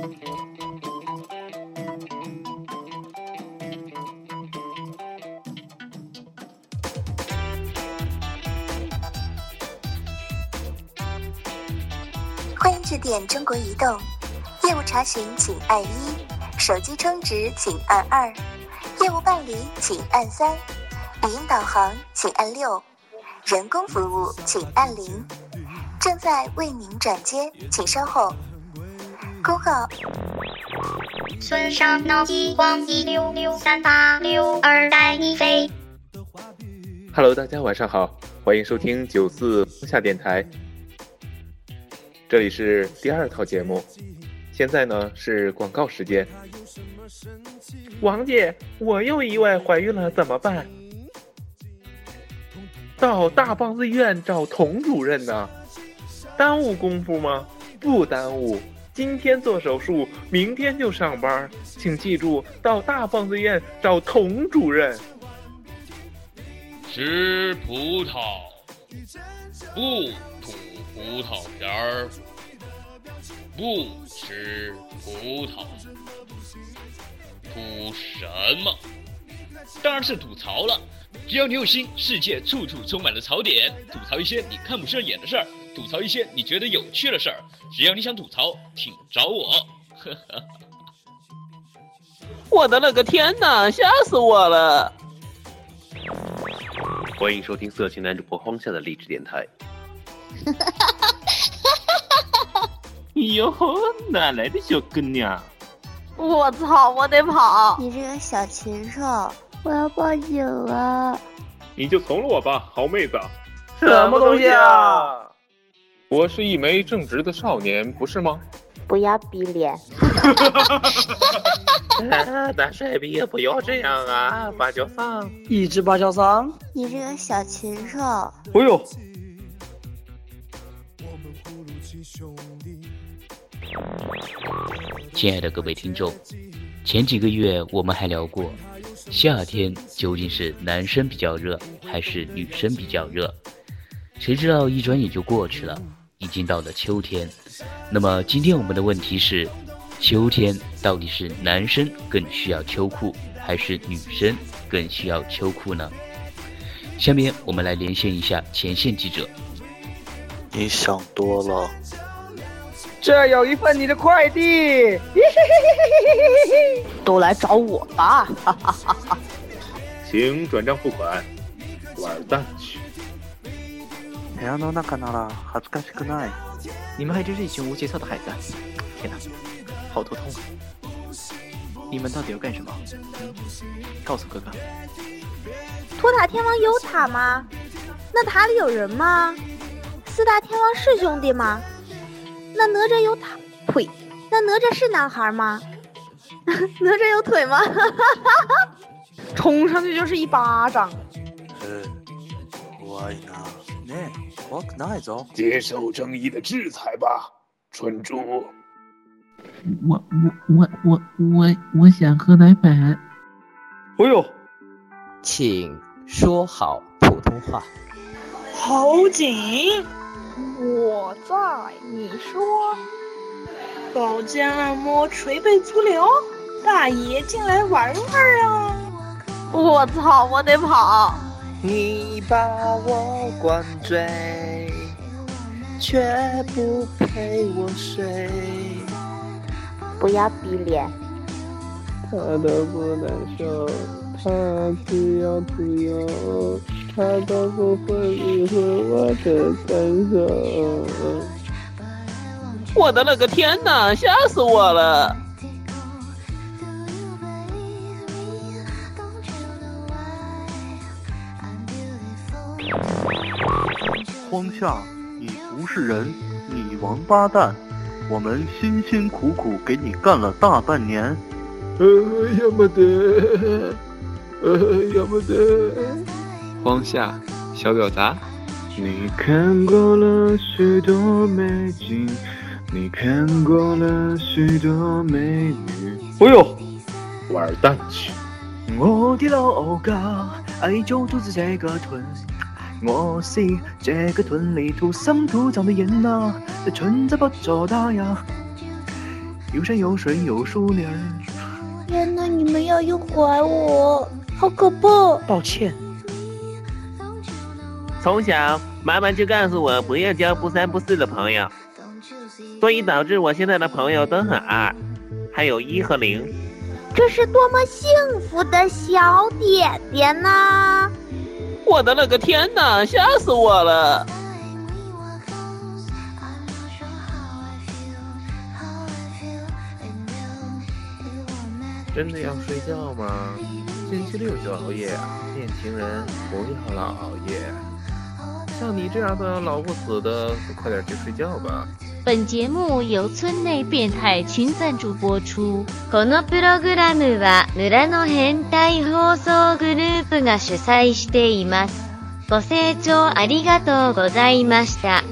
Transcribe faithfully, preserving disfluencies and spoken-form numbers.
欢迎致电中国移动，业务查询请按一，手机充值请按二，业务办理请按三，语音导航请按六，人工服务请按零，正在为您转接，请稍后。公号： 孙上脑激光一六六三八六二带你飞。 Hello， 大家晚上好，欢迎收听九四下电台。这里是第二套节目，现在呢是广告时间。王姐，我又意外怀孕了，怎么办？到大棒子医院找童主任呢？耽误功夫吗？不耽误，今天做手术，明天就上班，请记住，到大棒子医院找童主任。 吃葡萄，不吐葡萄皮儿，不吃葡萄，吐什么？当然是吐槽了。只要你有心，世界处处充满了槽点。吐槽一些你看不顺眼的事儿，吐槽一些你觉得有趣的事儿。只要你想吐槽，请找我。 我的那个天哪，吓死我了！ 欢迎收听色情男主播荒夏的励志电台。 哟，哪来的小姑娘？ 我操，我得跑！ 你这个小禽兽，我要报警了！ 你就从了我吧，好妹子。 什么东西啊？ 我是一枚正直的少年，不是吗？ 不要逼脸！ 大帅逼也不要这样啊！芭蕉桑， 一只芭蕉桑。 你这个小禽兽！ 哎呦！ 亲爱的各位听众，前几个月我们还聊过，夏天究竟是男生比较热还是女生比较热？谁知道一转眼就过去了，已经到了秋天。那么今天我们的问题是，秋天到底是男生更需要秋裤，还是女生更需要秋裤呢？下面我们来连线一下前线记者。 你想多了。 这有一份你的快递， 都来找我吧！ 请转账付款，玩蛋去！ 部屋の中なら恥ずかしくない。 你们还真是一群无节操的孩子！天哪，好头痛啊！你们到底要干什么？嗯，告诉哥哥。 托塔天王有塔吗？那塔里有人吗？四大天王是兄弟吗？那哪吒有塔腿？那哪吒是男孩吗？哪吒有腿吗？冲上去就是一巴掌。 嗯，怖いな。ねえ、怖くないぞ。 接受正义的制裁吧，蠢猪。 我我我我我我想喝奶粉。 哎呦， 请说好普通话。 好紧。 我在，你说。 保健按摩捶背足疗，大爷进来玩玩啊！ 我操，我得跑！ 你把我灌醉，却不陪我睡。 不要逼脸！ 他都不难受，他只要自由，他都不会理会我的感受。 我的那个天哪，吓死我了！ 荒夏，你不是人，你王八蛋！我们辛辛苦苦给你干了大半年。 呃，要么得，呃，要么得。 荒夏，小表达。 你看过了许多美景，你看过了许多美女。 哎呦，玩蛋去！ 我的老家愛做兔子這個屯，我是這個屯裏土生土長的人啊，春則不作大呀。 有山有水有树林儿。 天哪，你们要诱拐我，好可怕！ 抱歉。 从小妈妈就告诉我不要交不三不四的朋友，所以导致我现在的朋友都很二，还有一和零。 这是多么幸福的小点点呐！ 我的那个天哪，吓死我了！ 真的要睡觉吗？星期六就熬夜啊！年轻人不要老熬夜。像你这样的老不死的，就快点去睡觉吧。 本节目由村内变态群赞助播出。このプログラムは村の変態放送グループが主催しています。ご清聴ありがとうございました。